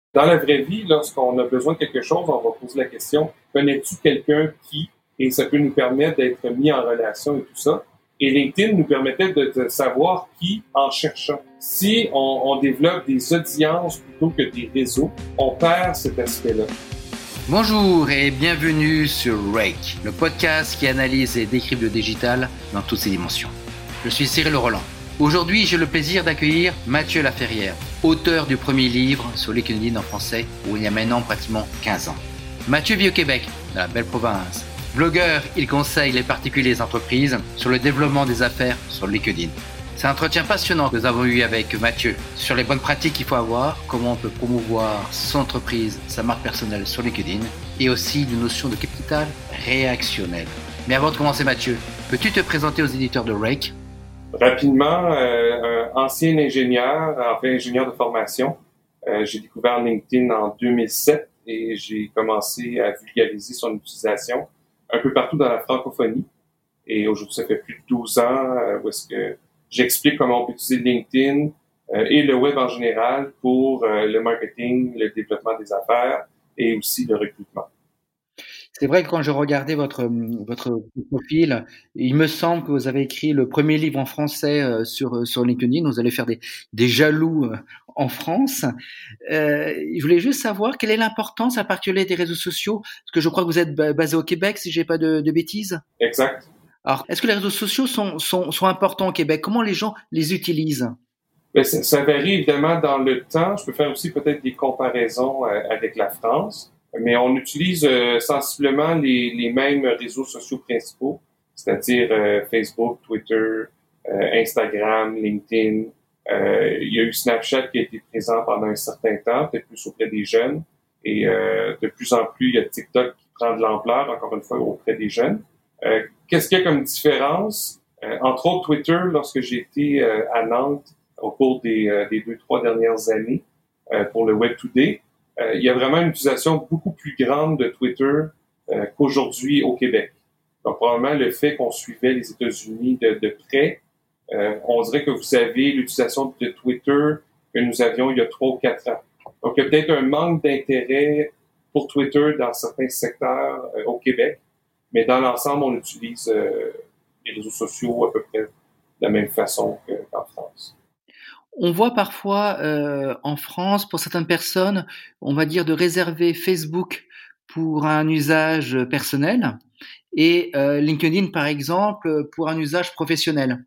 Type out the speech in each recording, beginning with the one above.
Dans la vraie vie, lorsqu'on a besoin de quelque chose, on va poser la question, connais-tu quelqu'un qui, et ça peut nous permettre d'être mis en relation et tout ça. Et LinkedIn nous permettait de savoir qui en cherchant. Si on développe des audiences plutôt que des réseaux, on perd cet aspect-là. Bonjour et bienvenue sur Rake, le podcast qui analyse et décrypte le digital dans toutes ses dimensions. Je suis Cyril Roland. Aujourd'hui, j'ai le plaisir d'accueillir Mathieu Laferrière, auteur du premier livre sur LinkedIn en français, où il y a maintenant pratiquement 15 ans. Mathieu vit au Québec, dans la belle province. Blogueur, il conseille les particuliers et les entreprises sur le développement des affaires sur LinkedIn. C'est un entretien passionnant que nous avons eu avec Mathieu sur les bonnes pratiques qu'il faut avoir, comment on peut promouvoir son entreprise, sa marque personnelle sur LinkedIn et aussi une notion de capital réactionnel. Mais avant de commencer Mathieu, peux-tu te présenter aux éditeurs de Rake ? Rapidement, ancien ingénieur, enfin ingénieur de formation. J'ai découvert LinkedIn en 2007 et j'ai commencé à vulgariser son utilisation un peu partout dans la francophonie. Et aujourd'hui, ça fait plus de 12 ans où est-ce que j'explique comment on peut utiliser LinkedIn et le web en général pour le marketing, le développement des affaires et aussi le recrutement. C'est vrai que quand je regardais votre profil, il me semble que vous avez écrit le premier livre en français sur LinkedIn. Vous allez faire des jaloux en France. Je voulais juste savoir quelle est l'importance à partir des réseaux sociaux, parce que je crois que vous êtes basé au Québec, si j'ai pas de bêtises. Exact. Alors, est-ce que les réseaux sociaux sont importants au Québec? Comment les gens les utilisent? Ben, ça varie évidemment dans le temps. Je peux faire aussi peut-être des comparaisons avec la France, mais on utilise sensiblement les mêmes réseaux sociaux principaux, c'est-à-dire Facebook, Twitter, Instagram, LinkedIn. Il y a eu Snapchat qui a été présent pendant un certain temps, peut-être plus auprès des jeunes, et de plus en plus, il y a TikTok qui prend de l'ampleur, encore une fois, auprès des jeunes. Qu'est-ce qu'il y a comme différence? Entre autres, Twitter, lorsque j'ai été à Nantes, au cours des 2-3 dernières années pour le Web Today. Il y a vraiment une utilisation beaucoup plus grande de Twitter qu'aujourd'hui au Québec. Donc, probablement, le fait qu'on suivait les États-Unis de près, on dirait que vous avez l'utilisation de Twitter que nous avions il y a 3 ou 4 ans. Donc, il y a peut-être un manque d'intérêt pour Twitter dans certains secteurs au Québec, mais dans l'ensemble, on utilise les réseaux sociaux à peu près de la même façon qu'en France. On voit parfois en France, pour certaines personnes, on va dire de réserver Facebook pour un usage personnel et LinkedIn, par exemple, pour un usage professionnel.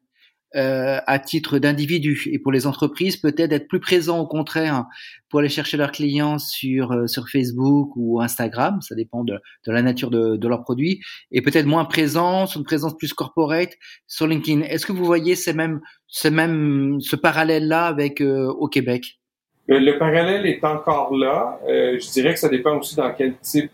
À titre d'individu et pour les entreprises peut-être d'être plus présents au contraire pour aller chercher leurs clients sur Facebook ou Instagram, ça dépend de la nature de leurs produits, et peut-être moins présents sur une présence plus corporate sur LinkedIn. Est-ce que vous voyez ce parallèle-là avec au Québec? Le parallèle est encore là. Je dirais que ça dépend aussi dans quel type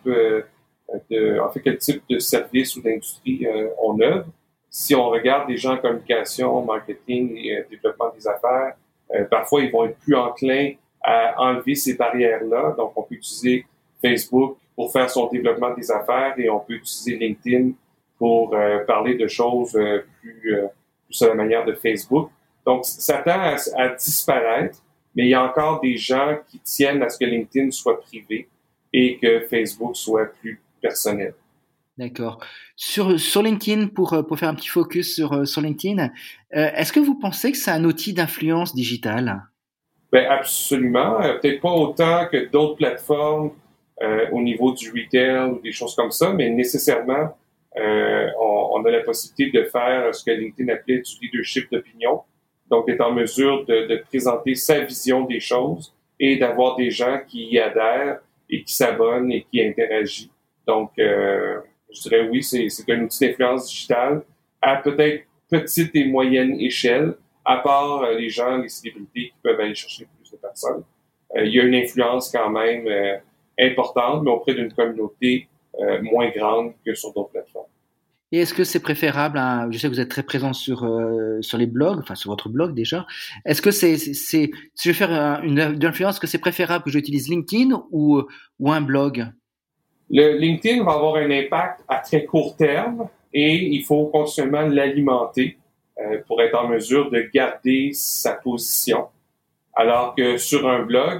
quel type de service ou d'industrie on œuvre. Si on regarde des gens en communication, marketing et développement des affaires, parfois ils vont être plus enclins à enlever ces barrières-là. Donc, on peut utiliser Facebook pour faire son développement des affaires et on peut utiliser LinkedIn pour parler de choses plus à la manière de Facebook. Donc, ça tend à disparaître, mais il y a encore des gens qui tiennent à ce que LinkedIn soit privé et que Facebook soit plus personnel. D'accord. Sur LinkedIn, pour faire un petit focus sur LinkedIn, est-ce que vous pensez que c'est un outil d'influence digitale? Ben absolument. Peut-être pas autant que d'autres plateformes au niveau du retail ou des choses comme ça, mais nécessairement, on a la possibilité de faire ce que LinkedIn appelait du leadership d'opinion. Donc, d'être en mesure de présenter sa vision des choses et d'avoir des gens qui y adhèrent et qui s'abonnent et qui interagissent. Donc, je dirais oui, c'est un outil d'influence digitale à peut-être petite et moyenne échelle, à part les gens, les célébrités qui peuvent aller chercher plus de personnes. Il y a une influence quand même importante, mais auprès d'une communauté moins grande que sur d'autres plateformes. Et est-ce que c'est préférable, je sais que vous êtes très présent sur les blogs, enfin sur votre blog déjà. Est-ce que si je veux faire une influence, est-ce que c'est préférable que j'utilise LinkedIn ou un blog? Le LinkedIn va avoir un impact à très court terme et il faut continuellement l'alimenter pour être en mesure de garder sa position. Alors que sur un blog,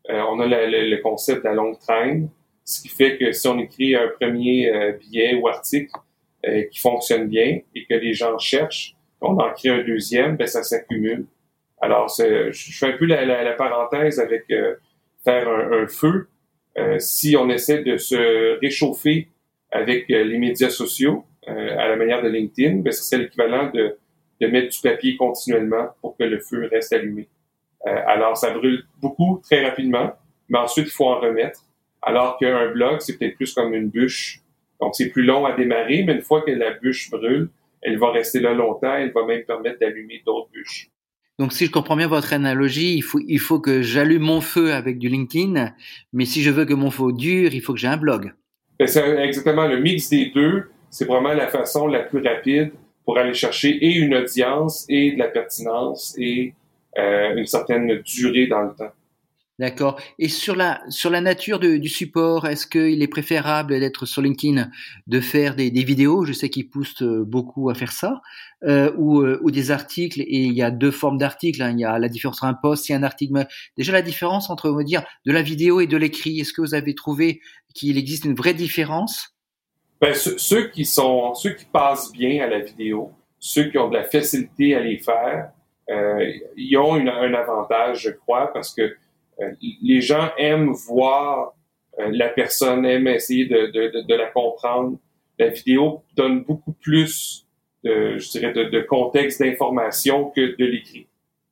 On a le concept de la longue traîne, ce qui fait que si on écrit un premier billet ou article qui fonctionne bien et que les gens cherchent, on en crée un deuxième, ben ça s'accumule. Alors, je fais un peu la parenthèse avec faire un feu. Si on essaie de se réchauffer avec les médias sociaux à la manière de LinkedIn, ben, ce serait l'équivalent de mettre du papier continuellement pour que le feu reste allumé. Alors, ça brûle beaucoup, très rapidement, mais ensuite, il faut en remettre. Alors qu'un blog, c'est peut-être plus comme une bûche. Donc, c'est plus long à démarrer, mais une fois que la bûche brûle, elle va rester là longtemps, elle va même permettre d'allumer d'autres bûches. Donc, si je comprends bien votre analogie, il faut que j'allume mon feu avec du LinkedIn, mais si je veux que mon feu dure, il faut que j'ai un blog. Ben, c'est exactement le mix des deux. C'est vraiment la façon la plus rapide pour aller chercher et une audience et de la pertinence et une certaine durée dans le temps. D'accord. Et sur la nature du support, est-ce qu'il est préférable d'être sur LinkedIn, de faire des vidéos? Je sais qu'ils poussent beaucoup à faire ça, ou des articles. Et il y a deux formes d'articles. Hein. Il y a la différence entre un post et un article. Mais déjà la différence entre, on va dire, de la vidéo et de l'écrit. Est-ce que vous avez trouvé qu'il existe une vraie différence? Ben, ceux qui passent bien à la vidéo, ceux qui ont de la facilité à les faire, ils ont un avantage, je crois, parce que les gens aiment voir la personne, aiment essayer de la comprendre. La vidéo donne beaucoup plus, je dirais, de contexte, d'information que de l'écrit.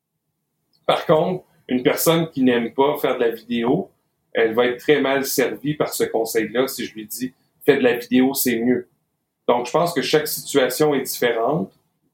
Par contre, une personne qui n'aime pas faire de la vidéo, elle va être très mal servie par ce conseil-là si je lui dis « fais de la vidéo, c'est mieux ». Donc, je pense que chaque situation est différente.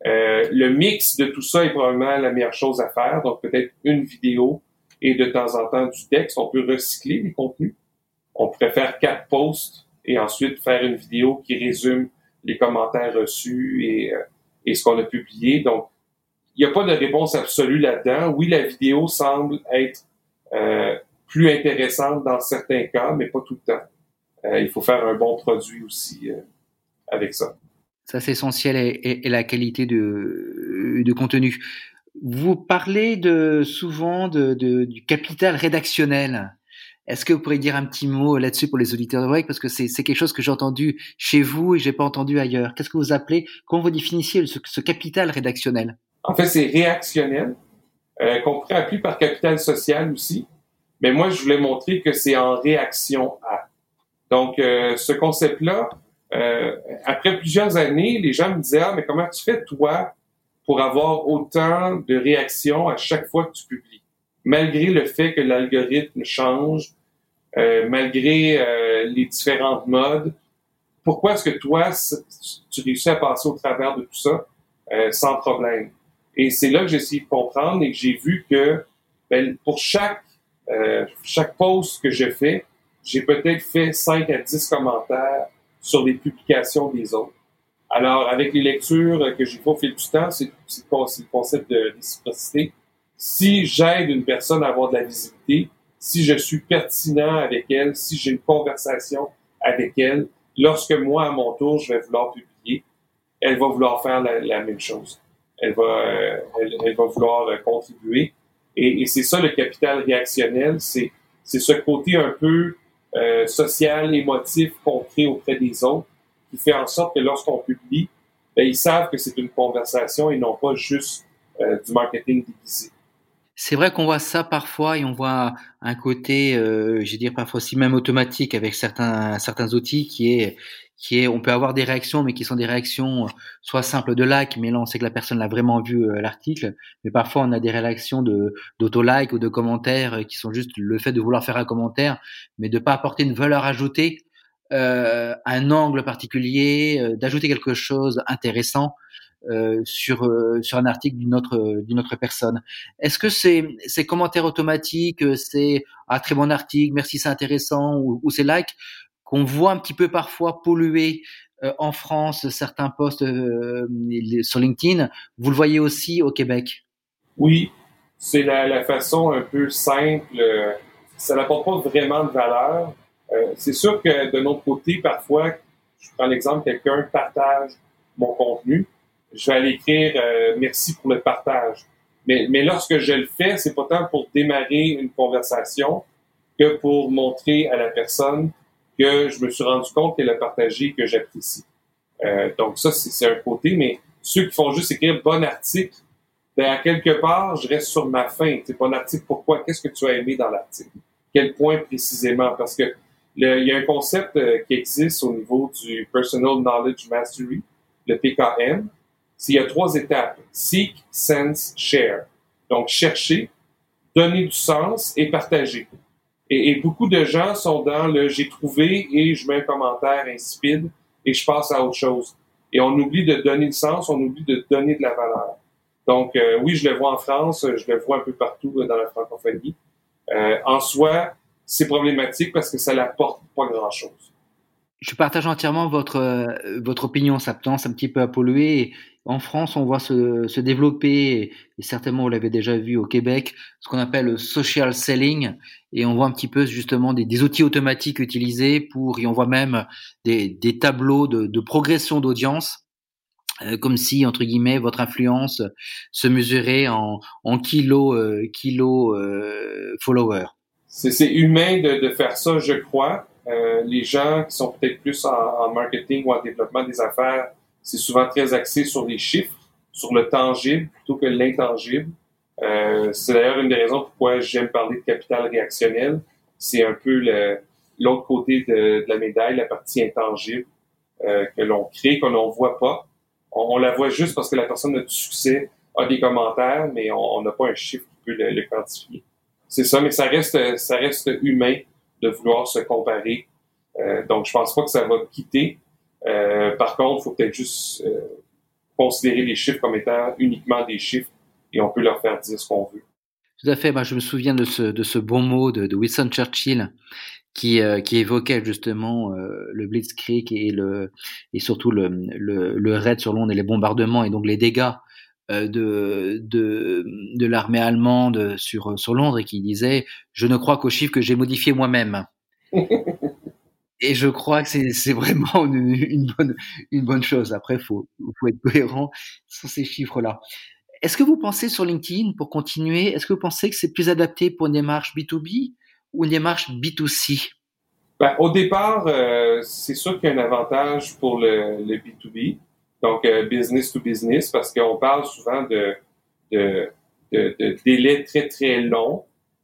Le mix de tout ça est probablement la meilleure chose à faire. Donc, peut-être une vidéo et de temps en temps du texte. On peut recycler les contenus. On pourrait faire 4 posts et ensuite faire une vidéo qui résume les commentaires reçus et ce qu'on a publié. Donc, il n'y a pas de réponse absolue là-dedans. Oui, la vidéo semble être plus intéressante dans certains cas, mais pas tout le temps. Il faut faire un bon produit aussi avec ça. Ça, c'est essentiel et la qualité de contenu. Vous parlez souvent du capital rédactionnel. Est-ce que vous pourriez dire un petit mot là-dessus pour les auditeurs de Break? Parce que c'est quelque chose que j'ai entendu chez vous et j'ai pas entendu ailleurs. Qu'est-ce que vous appelez, comment vous définissiez ce capital rédactionnel? En fait, c'est réactionnel, qu'on pourrait appeler par capital social aussi. Mais moi, je voulais montrer que c'est en réaction à. Donc, ce concept-là, après plusieurs années, les gens me disaient « Ah, mais comment tu fais, toi, pour avoir autant de réactions à chaque fois que tu publies? » Malgré le fait que l'algorithme change, malgré les différentes modes, pourquoi est-ce que toi, tu réussis à passer au travers de tout ça sans problème? Et c'est là que j'ai essayé de comprendre et que j'ai vu que pour chaque post que je fais, j'ai peut-être fait 5 à 10 commentaires sur les publications des autres. Alors, avec les lectures que j'ai fait au fil du temps, c'est le concept de réciprocité. Si j'aide une personne à avoir de la visibilité, si je suis pertinent avec elle, si j'ai une conversation avec elle, lorsque moi, à mon tour, je vais vouloir publier, elle va vouloir faire la même chose. Elle va vouloir contribuer. Et c'est ça le capital réactionnel, c'est ce côté un peu social, émotif qu'on crée auprès des autres, qui fait en sorte que lorsqu'on publie, ils savent que c'est une conversation et non pas juste du marketing déguisé. C'est vrai qu'on voit ça parfois et on voit un côté, je vais dire parfois aussi même automatique avec certains outils qui est, on peut avoir des réactions, mais qui sont des réactions soit simples de like, mais là on sait que la personne l'a vraiment vu l'article, mais parfois on a des réactions d'auto-like ou de commentaires qui sont juste le fait de vouloir faire un commentaire, mais de pas apporter une valeur ajoutée, un angle particulier, d'ajouter quelque chose intéressant. Sur un article d'une autre personne. Est-ce que ces commentaires automatiques, c'est un très bon article, merci, c'est intéressant, ou ces likes qu'on voit un petit peu parfois polluer en France certains posts sur LinkedIn, vous le voyez aussi au Québec? Oui, c'est la façon un peu simple. Ça n'apporte pas vraiment de valeur. C'est sûr que de notre côté, parfois, je prends l'exemple, quelqu'un partage mon contenu, je vais aller écrire merci pour le partage. Mais lorsque je le fais, c'est pas tant pour démarrer une conversation, que pour montrer à la personne que je me suis rendu compte qu'elle a partagé, que j'apprécie. Donc ça, c'est un côté, mais ceux qui font juste écrire bon article, ben à quelque part, je reste sur ma fin. C'est bon article, pourquoi? Qu'est-ce que tu as aimé dans l'article? Quel point précisément? Parce que il y a un concept qui existe au niveau du Personal Knowledge Mastery, le PKM. Il y a 3 étapes. Seek, sense, share. Donc, chercher, donner du sens et partager. Et beaucoup de gens sont dans le j'ai trouvé et je mets un commentaire insipide et je passe à autre chose. Et on oublie de donner le sens, on oublie de donner de la valeur. Donc, oui, je le vois en France, je le vois un peu partout dans la francophonie. En soi, c'est problématique parce que ça n'apporte pas grand-chose. Je partage entièrement votre opinion. Ça tendance un petit peu à polluer. Et en France, on voit se développer, et certainement vous l'avez déjà vu au Québec, ce qu'on appelle le social selling. Et on voit un petit peu justement des outils automatiques utilisés et on voit même des tableaux de progression d'audience, comme si, entre guillemets, votre influence se mesurait en followers. C'est humain de faire ça, je crois. Les gens qui sont peut-être plus en marketing ou en développement des affaires, c'est souvent très axé sur les chiffres, sur le tangible plutôt que l'intangible. C'est d'ailleurs une des raisons pourquoi j'aime parler de capital réactionnel. C'est un peu l'autre côté de la médaille, la partie intangible que l'on crée, que l'on voit pas. On la voit juste parce que la personne a du succès, a des commentaires, mais on n'a pas un chiffre qui peut le quantifier. C'est ça, mais ça reste humain de vouloir se comparer. Donc, je pense pas que ça va quitter. Par contre, il faut peut-être juste considérer les chiffres comme étant uniquement des chiffres et on peut leur faire dire ce qu'on veut. Tout à fait. Moi, je me souviens de ce bon mot de Winston Churchill qui évoquait justement le blitzkrieg et surtout le raid sur Londres et les bombardements et donc les dégâts de l'armée allemande sur Londres, et qui disait je ne crois qu'aux chiffres que j'ai modifiés moi-même. Et je crois que c'est vraiment une bonne chose. Après, faut être cohérent sur ces chiffres-là. Est-ce que vous pensez sur LinkedIn, pour continuer, est-ce que vous pensez que c'est plus adapté pour une démarche B2B ou une démarche B2C? Ben, au départ, c'est sûr qu'il y a un avantage pour le B2B, donc business to business, parce qu'on parle souvent de délais très, très longs,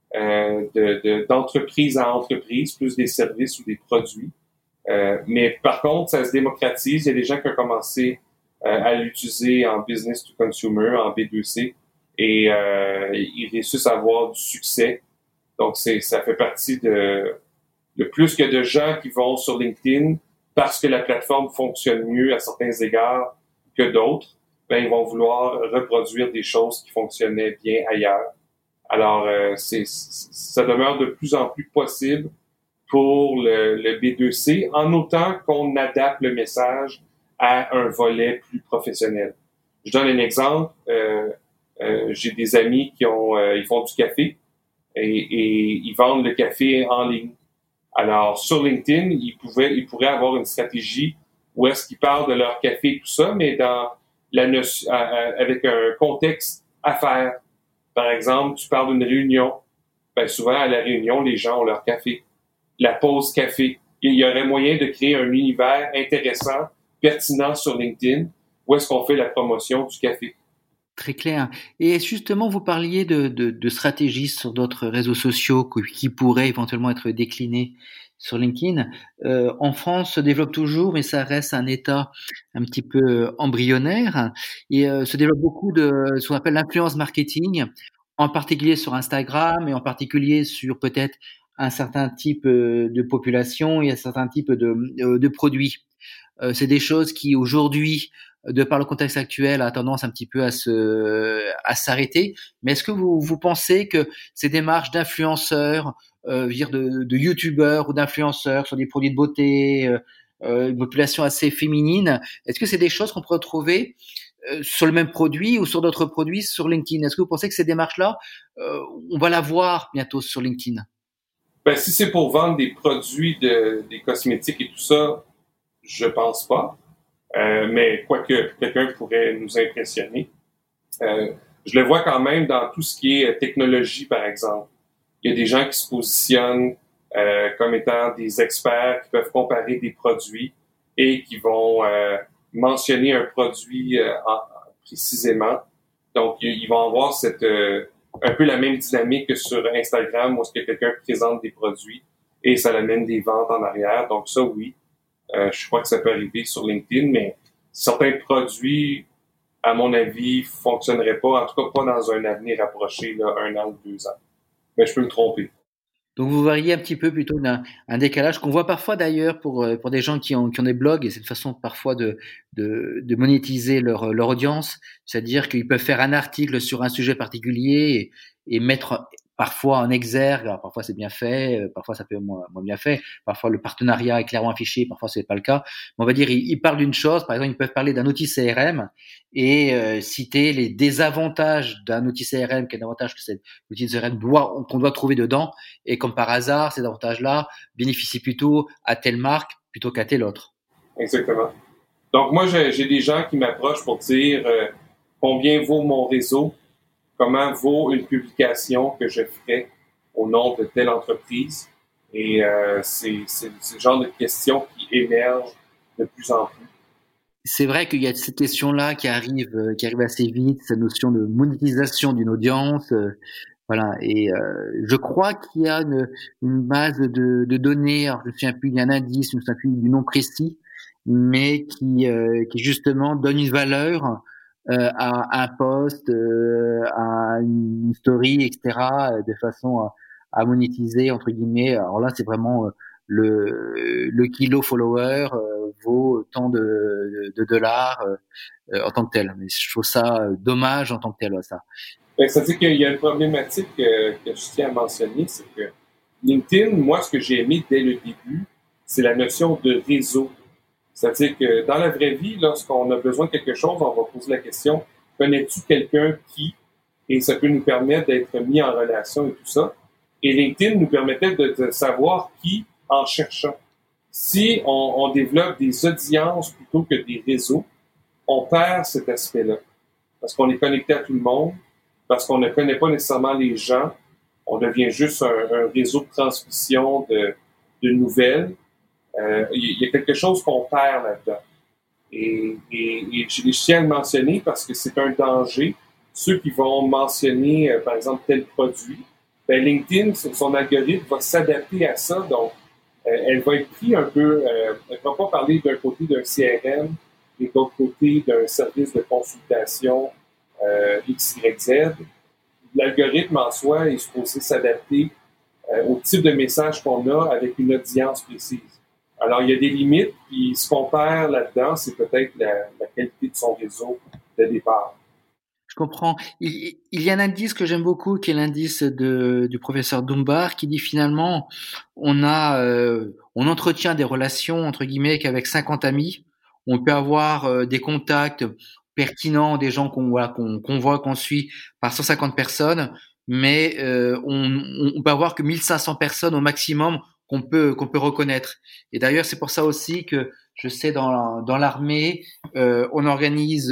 d'entreprise à entreprise, plus des services ou des produits. Mais par contre, ça se démocratise. Il y a des gens qui ont commencé à l'utiliser en business to consumer, en B2C, et ils réussissent à avoir du succès. Donc, ça fait partie le plus qu'il y a de gens qui vont sur LinkedIn parce que la plateforme fonctionne mieux à certains égards que d'autres, ben ils vont vouloir reproduire des choses qui fonctionnaient bien ailleurs. Alors, ça demeure de plus en plus possible pour le B2C, en autant qu'on adapte le message à un volet plus professionnel. Je donne un exemple. J'ai des amis ils font du café et ils vendent le café en ligne. Alors, sur LinkedIn, ils pourraient avoir une stratégie où est-ce qu'ils parlent de leur café et tout ça, mais avec un contexte affaires. Par exemple, tu parles d'une réunion. Ben, souvent, à la réunion, les gens ont leur café. La pause café. Il y aurait moyen de créer un univers intéressant, pertinent sur LinkedIn, où est-ce qu'on fait la promotion du café. Très clair. Et justement, vous parliez de stratégies sur d'autres réseaux sociaux qui pourraient éventuellement être déclinés sur LinkedIn. En France, se développe toujours, mais ça reste un état un petit peu embryonnaire. Et se développe beaucoup de ce qu'on appelle l'influence marketing, en particulier sur Instagram et en particulier sur peut-être un certain type de population et un certain type de produits. C'est des choses qui aujourd'hui, de par le contexte actuel, a tendance un petit peu à s'arrêter. Mais est-ce que vous pensez que ces démarches d'influenceurs, de youtubeurs ou d'influenceurs sur des produits de beauté, une population assez féminine, est-ce que c'est des choses qu'on peut retrouver sur le même produit ou sur d'autres produits sur LinkedIn? Est-ce que vous pensez que ces démarches-là, on va la voir bientôt sur LinkedIn? Ben, si c'est pour vendre des produits des cosmétiques et tout ça, je pense pas. Mais quoique quelqu'un pourrait nous impressionner. Je le vois quand même dans tout ce qui est technologie, par exemple. Il y a des gens qui se positionnent comme étant des experts qui peuvent comparer des produits et qui vont mentionner un produit précisément. Donc, ils vont avoir un peu la même dynamique que sur Instagram où est-ce que quelqu'un présente des produits et ça amène des ventes en arrière. Donc ça, oui, je crois que ça peut arriver sur LinkedIn, mais certains produits, à mon avis, fonctionneraient pas, en tout cas pas dans un avenir approché, là, 1 an ou 2 ans. Mais je peux me tromper. Donc vous voyez un petit peu plutôt un décalage qu'on voit parfois d'ailleurs pour des gens qui ont des blogs, et c'est une façon parfois de monétiser leur audience, c'est-à-dire qu'ils peuvent faire un article sur un sujet particulier et mettre parfois en exergue. Alors parfois c'est bien fait, parfois ça peut être moins bien fait, parfois le partenariat est clairement affiché, parfois c'est pas le cas. Mais on va dire ils parlent d'une chose, par exemple ils peuvent parler d'un outil CRM et citer les désavantages d'un outil CRM, quel avantage que cet outil CRM qu'on doit trouver dedans. Et comme par hasard, ces avantages-là bénéficient plutôt à telle marque plutôt qu'à telle autre. Exactement. Donc moi, j'ai des gens qui m'approchent pour dire combien vaut mon réseau, comment vaut une publication que je ferai au nom de telle entreprise. Et c'est le genre de questions qui émergent de plus en plus. C'est vrai qu'il y a cette question-là qui arrive assez vite, cette notion de monétisation d'une audience. Voilà. Et je crois qu'il y a une base de données. Alors je ne me souviens plus, il y a un indice, je ne me souviens plus du nom précis, mais qui justement donne une valeur à un post, à une story, etc., de façon à monétiser entre guillemets. Alors là, c'est vraiment le kilo follower vaut tant de dollars en tant que tel. Mais je trouve ça dommage en tant que tel, ça. Ça veut dire qu'il y a une problématique que je tiens à mentionner, c'est que LinkedIn, moi, ce que j'ai aimé dès le début, c'est la notion de réseau. C'est-à-dire que dans la vraie vie, lorsqu'on a besoin de quelque chose, on va poser la question, connais-tu quelqu'un qui? Et ça peut nous permettre d'être mis en relation et tout ça. Et LinkedIn nous permettait de savoir qui en cherchant. Si on développe des audiences plutôt que des réseaux, on perd cet aspect-là. Parce qu'on est connecté à tout le monde, parce qu'on ne connaît pas nécessairement les gens, on devient juste un réseau de transmission de nouvelles. Il y a quelque chose qu'on perd là-dedans. Et je tiens à le mentionner parce que c'est un danger. Ceux qui vont mentionner, par exemple, tel produit, ben LinkedIn, son algorithme va s'adapter à ça. Donc, elle va être prise un peu, elle ne va pas parler d'un côté d'un CRM et de l'autre côté d'un service de consultation XYZ. L'algorithme en soi est supposé s'adapter au type de message qu'on a avec une audience précise. Alors, il y a des limites, puis ce qu'on perd là-dedans, c'est peut-être la qualité de son réseau de départ. Je comprends. Il y a un indice que j'aime beaucoup, qui est l'indice du professeur Dunbar, qui dit finalement, on entretient des relations, entre guillemets, qu'avec 50 amis. On peut avoir des contacts pertinents, des gens qu'on voit, qu'on suit par 150 personnes, mais on peut avoir que 1500 personnes au maximum qu'on peut reconnaître. Et d'ailleurs, c'est pour ça aussi que je sais dans l'armée, on organise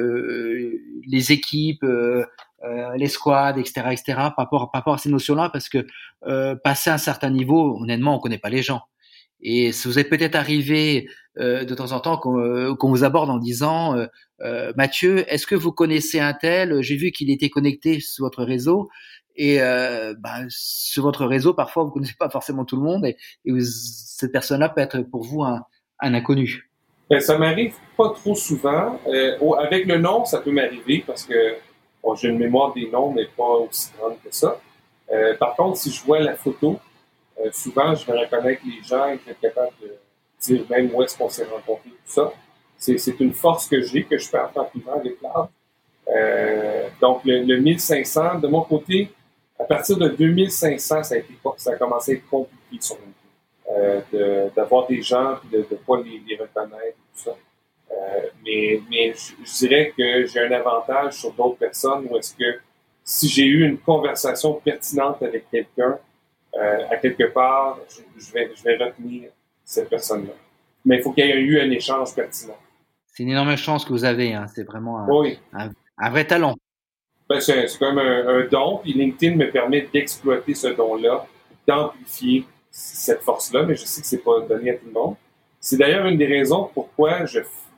les équipes, les squads, etc., etc., par rapport à ces notions-là, parce que passer un certain niveau, honnêtement, on connaît pas les gens. Et ça vous est peut-être arrivé de temps en temps qu'on vous aborde en disant Mathieu, est-ce que vous connaissez un tel? J'ai vu qu'il était connecté sur votre réseau. Et sur votre réseau, parfois, vous connaissez pas forcément tout le monde, cette personne-là peut être pour vous un inconnu. Ben, ça m'arrive pas trop souvent. Avec le nom, ça peut m'arriver parce que j'ai une mémoire des noms, mais pas aussi grande que ça. Par contre, si je vois la photo, souvent, je vais reconnaître les gens et je vais être capable de dire même où est-ce qu'on s'est rencontrés, tout ça. C'est une force que j'ai, que je perds rapidement avec l'art. Donc, le 1500, de mon côté, à partir de 2500, ça a commencé à être compliqué sur LinkedIn. D'avoir des gens et de ne pas les reconnaître, tout ça. Mais je dirais que j'ai un avantage sur d'autres personnes où est-ce que si j'ai eu une conversation pertinente avec quelqu'un, à quelque part, je vais retenir cette personne-là. Mais il faut qu'il y ait eu un échange pertinent. C'est une énorme chance que vous avez, hein. C'est vraiment Oui. un vrai talent. Ben, c'est comme un don, puis LinkedIn me permet d'exploiter ce don-là, d'amplifier cette force-là, mais je sais que c'est pas donné à tout le monde. C'est d'ailleurs une des raisons pourquoi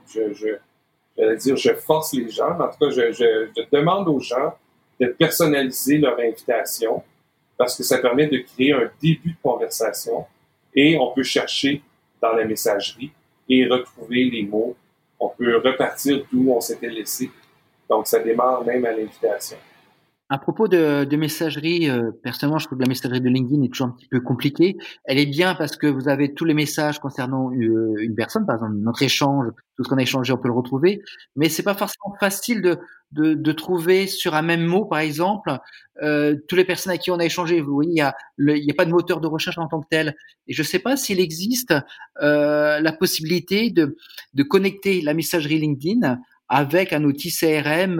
je force les gens. En tout cas, je demande aux gens de personnaliser leur invitation parce que ça permet de créer un début de conversation et on peut chercher dans la messagerie et retrouver les mots. On peut repartir d'où on s'était laissé. Donc, ça démarre même à l'invitation. À propos de messagerie, personnellement, je trouve que la messagerie de LinkedIn est toujours un petit peu compliquée. Elle est bien parce que vous avez tous les messages concernant une personne, par exemple notre échange, tout ce qu'on a échangé, on peut le retrouver. Mais c'est pas forcément facile de trouver sur un même mot, par exemple, toutes les personnes à qui on a échangé. Vous voyez, il y a pas de moteur de recherche en tant que tel. Et je sais pas s'il existe la possibilité de connecter la messagerie LinkedIn avec un outil CRM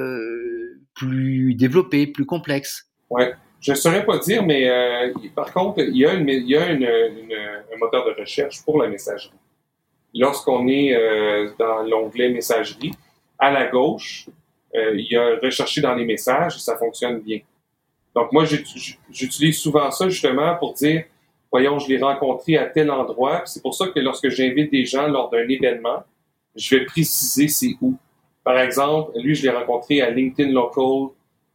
plus développé, plus complexe. Ouais, je ne saurais pas dire, mais par contre, il y a un moteur de recherche pour la messagerie. Lorsqu'on est dans l'onglet messagerie, à la gauche, il y a rechercher dans les messages et ça fonctionne bien. Donc moi, j'utilise souvent ça justement pour dire, voyons, je l'ai rencontré à tel endroit. C'est pour ça que lorsque j'invite des gens lors d'un événement, je vais préciser c'est où. Par exemple, lui, je l'ai rencontré à LinkedIn Local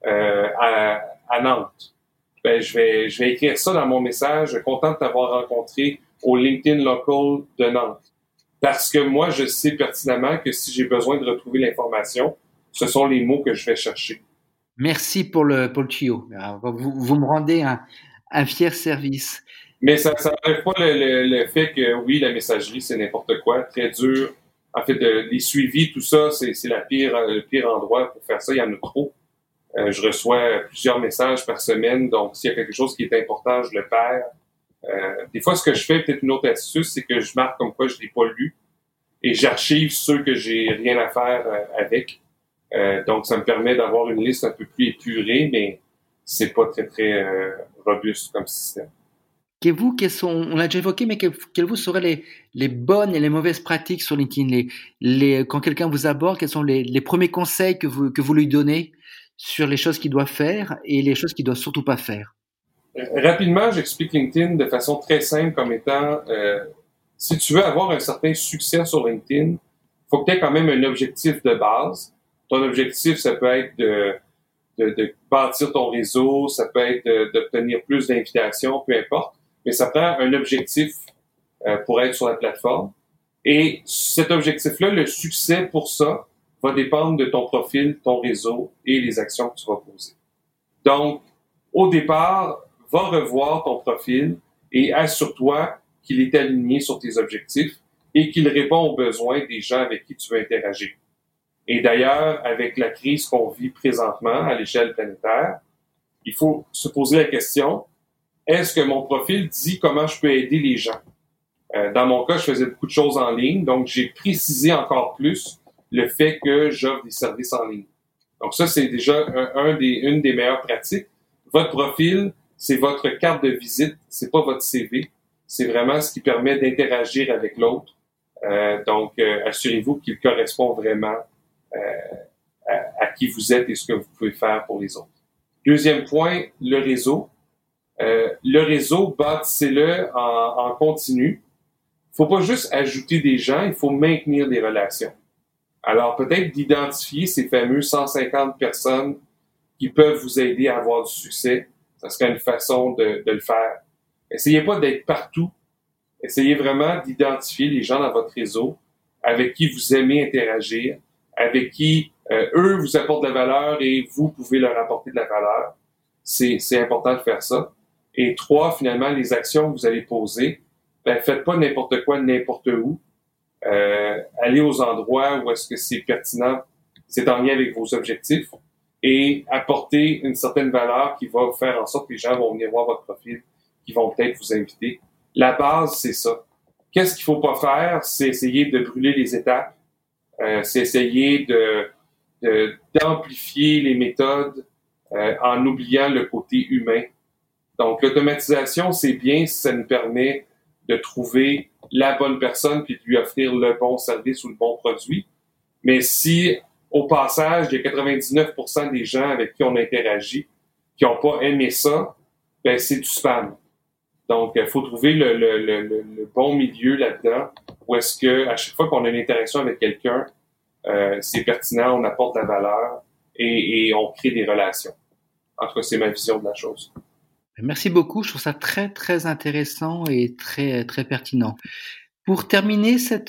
à Nantes. Ben, je vais écrire ça dans mon message. Content de t'avoir rencontré au LinkedIn Local de Nantes. Parce que moi, je sais pertinemment que si j'ai besoin de retrouver l'information, ce sont les mots que je vais chercher. Merci pour le tuyau. Vous me rendez un fier service. Mais ça n'enlève pas le fait que, oui, la messagerie, c'est n'importe quoi, très dur. En fait, les suivis, tout ça, c'est le pire endroit pour faire ça. Il y en a trop. Je reçois plusieurs messages par semaine, donc s'il y a quelque chose qui est important, je le perds. Des fois, ce que je fais, peut-être une autre astuce, c'est que je marque comme quoi je l'ai pas lu et j'archive ceux que j'ai rien à faire avec. Donc, ça me permet d'avoir une liste un peu plus épurée, mais c'est pas très, très robuste comme système. On l'a déjà évoqué, mais quelles vous seraient les bonnes et les mauvaises pratiques sur LinkedIn? Quand quelqu'un vous aborde, quels sont les premiers conseils que vous lui donnez sur les choses qu'il doit faire et les choses qu'il doit surtout pas faire? Rapidement, j'explique LinkedIn de façon très simple comme étant, si tu veux avoir un certain succès sur LinkedIn, il faut que tu aies quand même un objectif de base. Ton objectif, ça peut être de bâtir ton réseau, ça peut être d'obtenir plus d'invitations, peu importe, mais ça prend un objectif pour être sur la plateforme. Et cet objectif-là, le succès pour ça, va dépendre de ton profil, ton réseau et les actions que tu vas poser. Donc, au départ, va revoir ton profil et assure-toi qu'il est aligné sur tes objectifs et qu'il répond aux besoins des gens avec qui tu veux interagir. Et d'ailleurs, avec la crise qu'on vit présentement à l'échelle planétaire, il faut se poser la question, est-ce que mon profil dit comment je peux aider les gens? Dans mon cas, je faisais beaucoup de choses en ligne, donc j'ai précisé encore plus le fait que j'offre des services en ligne. Donc ça, c'est déjà une des meilleures pratiques. Votre profil, c'est votre carte de visite, c'est pas votre CV. C'est vraiment ce qui permet d'interagir avec l'autre. Donc, assurez-vous qu'il correspond vraiment à qui vous êtes et ce que vous pouvez faire pour les autres. Deuxième point, le réseau. Le réseau, bâtissez-le en continu. Il faut pas juste ajouter des gens, il faut maintenir des relations. Alors, peut-être d'identifier ces fameux 150 personnes qui peuvent vous aider à avoir du succès. Ça serait une façon de le faire. Essayez pas d'être partout. Essayez vraiment d'identifier les gens dans votre réseau avec qui vous aimez interagir, avec qui eux vous apportent de la valeur et vous pouvez leur apporter de la valeur. C'est important de faire ça. Et 3, finalement, les actions que vous allez poser, faites pas n'importe quoi, n'importe où. Allez aux endroits où est-ce que c'est pertinent, c'est en lien avec vos objectifs et apporter une certaine valeur qui va faire en sorte que les gens vont venir voir votre profil, qui vont peut-être vous inviter. La base, c'est ça. Qu'est-ce qu'il faut pas faire? C'est essayer de brûler les étapes. C'est essayer d'amplifier les méthodes en oubliant le côté humain. Donc, l'automatisation, c'est bien si ça nous permet de trouver la bonne personne puis de lui offrir le bon service ou le bon produit. Mais si, au passage, il y a 99% des gens avec qui on interagit qui n'ont pas aimé ça, c'est du spam. Donc, il faut trouver le bon milieu là-dedans, où est-ce que à chaque fois qu'on a une interaction avec quelqu'un, c'est pertinent, on apporte la valeur et on crée des relations. En tout cas, c'est ma vision de la chose. Merci beaucoup, je trouve ça très très intéressant et très très pertinent. Pour terminer cet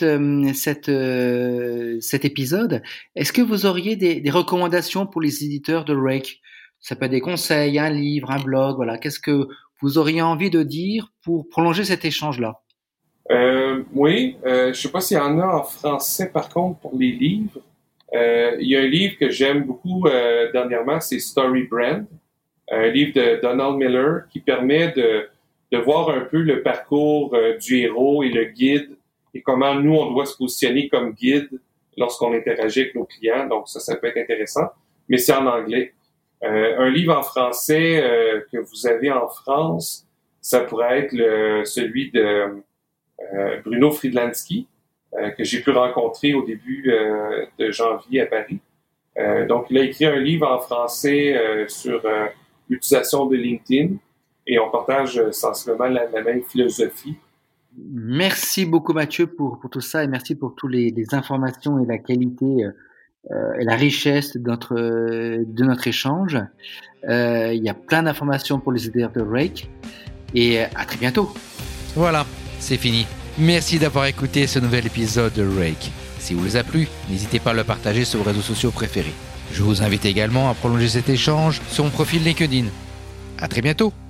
épisode, est-ce que vous auriez des recommandations pour les éditeurs de Rake? Ça peut être des conseils, un livre, un blog, voilà. Qu'est-ce que vous auriez envie de dire pour prolonger cet échange-là? Oui, je sais pas s'il y en a en français par contre pour les livres. Il y a un livre que j'aime beaucoup dernièrement, c'est Story Brand, un livre de Donald Miller qui permet de voir un peu le parcours du héros et le guide et comment nous, on doit se positionner comme guide lorsqu'on interagit avec nos clients. Donc ça peut être intéressant, mais c'est en anglais. Un livre en français que vous avez en France, ça pourrait être celui de Bruno Friedlansky, que j'ai pu rencontrer au début de janvier à Paris. Donc, il a écrit un livre en français sur l'utilisation de LinkedIn et on partage sensiblement la même philosophie. Merci beaucoup Mathieu pour tout ça et merci pour toutes les informations et la qualité et la richesse de notre échange. Il y a plein d'informations pour les éditeurs de Rake et à très bientôt. Voilà, c'est fini. Merci d'avoir écouté ce nouvel épisode de Rake. Si vous les a plu, n'hésitez pas à le partager sur vos réseaux sociaux préférés. Je vous invite également à prolonger cet échange sur mon profil LinkedIn. À très bientôt.